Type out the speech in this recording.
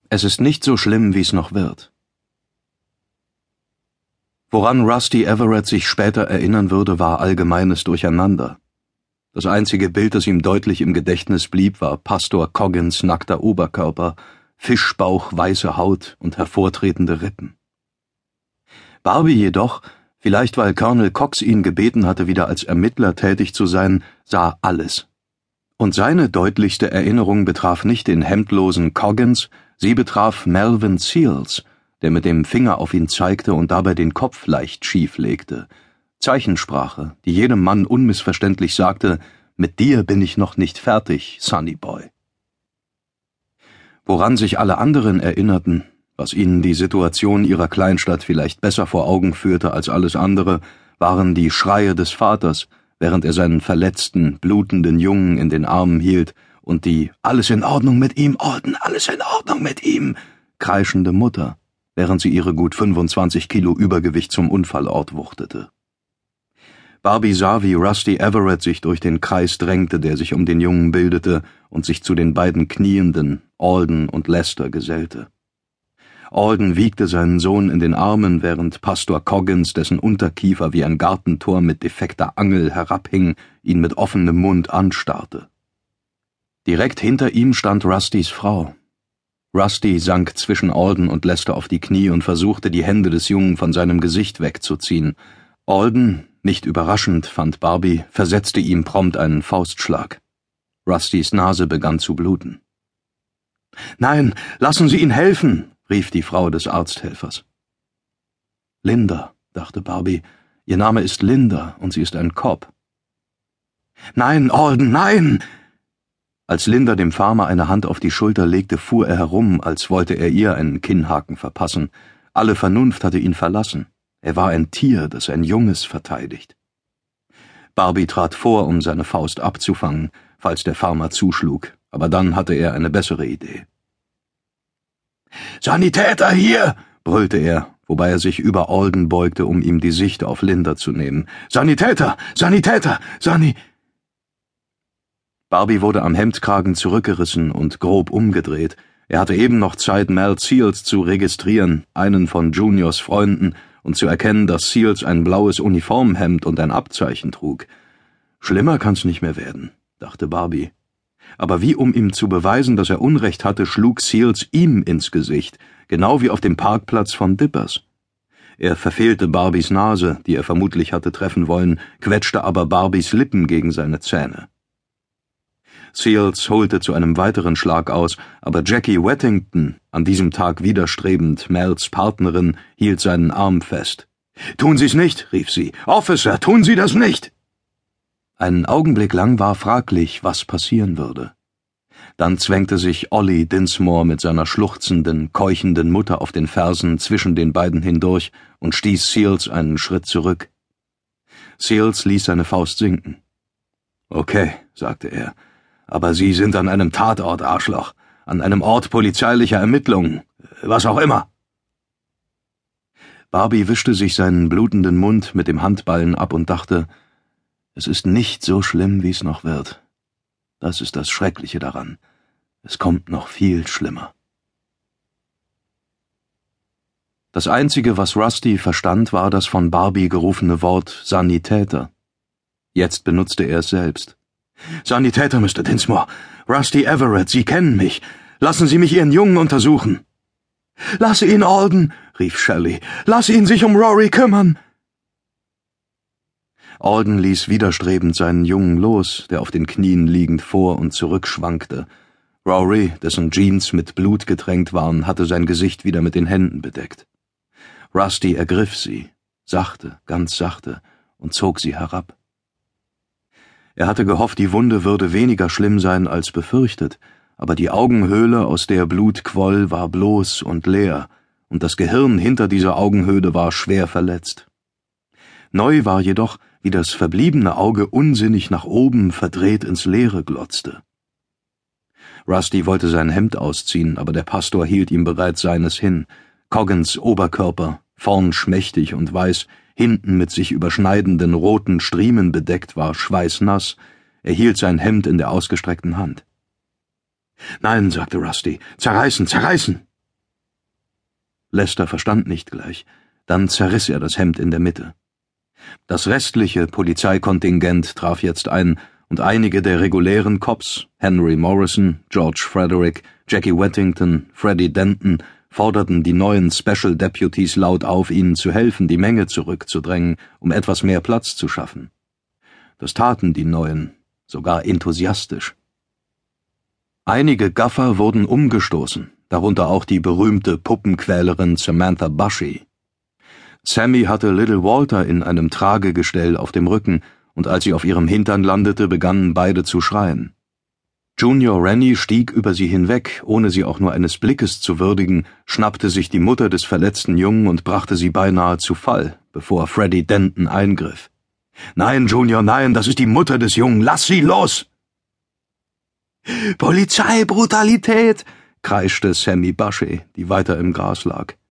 Es ist nicht so schlimm, wie's noch wird. Woran Rusty Everett sich später erinnern würde, war allgemeines Durcheinander. Das einzige Bild, das ihm deutlich im Gedächtnis blieb, war Pastor Coggins nackter Oberkörper, Fischbauch, weiße Haut und hervortretende Rippen. Barbie jedoch, vielleicht weil Colonel Cox ihn gebeten hatte, wieder als Ermittler tätig zu sein, sah alles. Und seine deutlichste Erinnerung betraf nicht den hemdlosen Coggins, sie betraf Melvin Seals, der mit dem Finger auf ihn zeigte und dabei den Kopf leicht schief legte. Zeichensprache, die jedem Mann unmissverständlich sagte, mit dir bin ich noch nicht fertig, Sonny Boy. Woran sich alle anderen erinnerten, was ihnen die Situation ihrer Kleinstadt vielleicht besser vor Augen führte als alles andere, waren die Schreie des Vaters, während er seinen verletzten, blutenden Jungen in den Armen hielt, und die »Alles in Ordnung mit ihm, Alden, alles in Ordnung mit ihm« kreischende Mutter, während sie ihre gut 25 Kilo Übergewicht zum Unfallort wuchtete. Barbie sah, wie Rusty Everett sich durch den Kreis drängte, der sich um den Jungen bildete, und sich zu den beiden Knienden, Alden und Lester, gesellte. Alden wiegte seinen Sohn in den Armen, während Pastor Coggins, dessen Unterkiefer wie ein Gartentor mit defekter Angel herabhing, ihn mit offenem Mund anstarrte. Direkt hinter ihm stand Rustys Frau. Rusty sank zwischen Alden und Lester auf die Knie und versuchte, die Hände des Jungen von seinem Gesicht wegzuziehen. Alden, nicht überraschend, fand Barbie, versetzte ihm prompt einen Faustschlag. Rustys Nase begann zu bluten. »Nein, lassen Sie ihn helfen«, rief die Frau des Arzthelfers. »Linda«, dachte Barbie, »ihr Name ist Linda und sie ist ein Cop.« »Nein, Alden, nein!« Als Linda dem Farmer eine Hand auf die Schulter legte, fuhr er herum, als wollte er ihr einen Kinnhaken verpassen. Alle Vernunft hatte ihn verlassen. Er war ein Tier, das ein Junges verteidigt. Barbie trat vor, um seine Faust abzufangen, falls der Farmer zuschlug, aber dann hatte er eine bessere Idee. »Sanitäter hier!« brüllte er, wobei er sich über Alden beugte, um ihm die Sicht auf Linda zu nehmen. »Sanitäter! Sanitäter! Barbie wurde am Hemdkragen zurückgerissen und grob umgedreht. Er hatte eben noch Zeit, Mel Seals zu registrieren, einen von Juniors Freunden, und zu erkennen, dass Seals ein blaues Uniformhemd und ein Abzeichen trug. Schlimmer kann's nicht mehr werden, dachte Barbie. Aber wie um ihm zu beweisen, dass er Unrecht hatte, schlug Seals ihm ins Gesicht, genau wie auf dem Parkplatz von Dippers. Er verfehlte Barbies Nase, die er vermutlich hatte treffen wollen, quetschte aber Barbies Lippen gegen seine Zähne. Seals holte zu einem weiteren Schlag aus, aber Jackie Wettington, an diesem Tag widerstrebend Mels Partnerin, hielt seinen Arm fest. »Tun Sie's nicht«, rief sie. »Officer, tun Sie das nicht!« Einen Augenblick lang war fraglich, was passieren würde. Dann zwängte sich Ollie Dinsmore mit seiner schluchzenden, keuchenden Mutter auf den Fersen zwischen den beiden hindurch und stieß Seals einen Schritt zurück. Seals ließ seine Faust sinken. »Okay«, sagte er, »aber Sie sind an einem Tatort, Arschloch, an einem Ort polizeilicher Ermittlungen, was auch immer.« Barbie wischte sich seinen blutenden Mund mit dem Handballen ab und dachte, es ist nicht so schlimm, wie's noch wird. Das ist das Schreckliche daran. Es kommt noch viel schlimmer. Das Einzige, was Rusty verstand, war das von Barbie gerufene Wort Sanitäter. Jetzt benutzte er es selbst. »Sanitäter, Mr. Dinsmore. Rusty Everett, Sie kennen mich. Lassen Sie mich Ihren Jungen untersuchen.« »Lass ihn, Alden«, rief Shelley. »Lass ihn sich um Rory kümmern.« Alden ließ widerstrebend seinen Jungen los, der auf den Knien liegend vor und zurück schwankte. Rory, dessen Jeans mit Blut getränkt waren, hatte sein Gesicht wieder mit den Händen bedeckt. Rusty ergriff sie, sachte, ganz sachte, und zog sie herab. Er hatte gehofft, die Wunde würde weniger schlimm sein als befürchtet, aber die Augenhöhle, aus der Blut quoll, war bloß und leer, und das Gehirn hinter dieser Augenhöhle war schwer verletzt. Neu war jedoch, wie das verbliebene Auge unsinnig nach oben verdreht ins Leere glotzte. Rusty wollte sein Hemd ausziehen, aber der Pastor hielt ihm bereits seines hin. Coggins Oberkörper, vorn schmächtig und weiß, hinten mit sich überschneidenden roten Striemen bedeckt, war schweißnass. Er hielt sein Hemd in der ausgestreckten Hand. »Nein«, sagte Rusty, »zerreißen, zerreißen!« Lester verstand nicht gleich. Dann zerriss er das Hemd in der Mitte. Das restliche Polizeikontingent traf jetzt ein, und einige der regulären Cops, Henry Morrison, George Frederick, Jackie Whittington, Freddie Denton, forderten die neuen Special Deputies laut auf, ihnen zu helfen, die Menge zurückzudrängen, um etwas mehr Platz zu schaffen. Das taten die Neuen, sogar enthusiastisch. Einige Gaffer wurden umgestoßen, darunter auch die berühmte Puppenquälerin Samantha Bushy. Sammy hatte Little Walter in einem Tragegestell auf dem Rücken, und als sie auf ihrem Hintern landete, begannen beide zu schreien. Junior Rennie stieg über sie hinweg, ohne sie auch nur eines Blickes zu würdigen, schnappte sich die Mutter des verletzten Jungen und brachte sie beinahe zu Fall, bevor Freddie Denton eingriff. »Nein, Junior, nein, das ist die Mutter des Jungen, lass sie los!« »Polizeibrutalität«, kreischte Sammy Bushy, die weiter im Gras lag.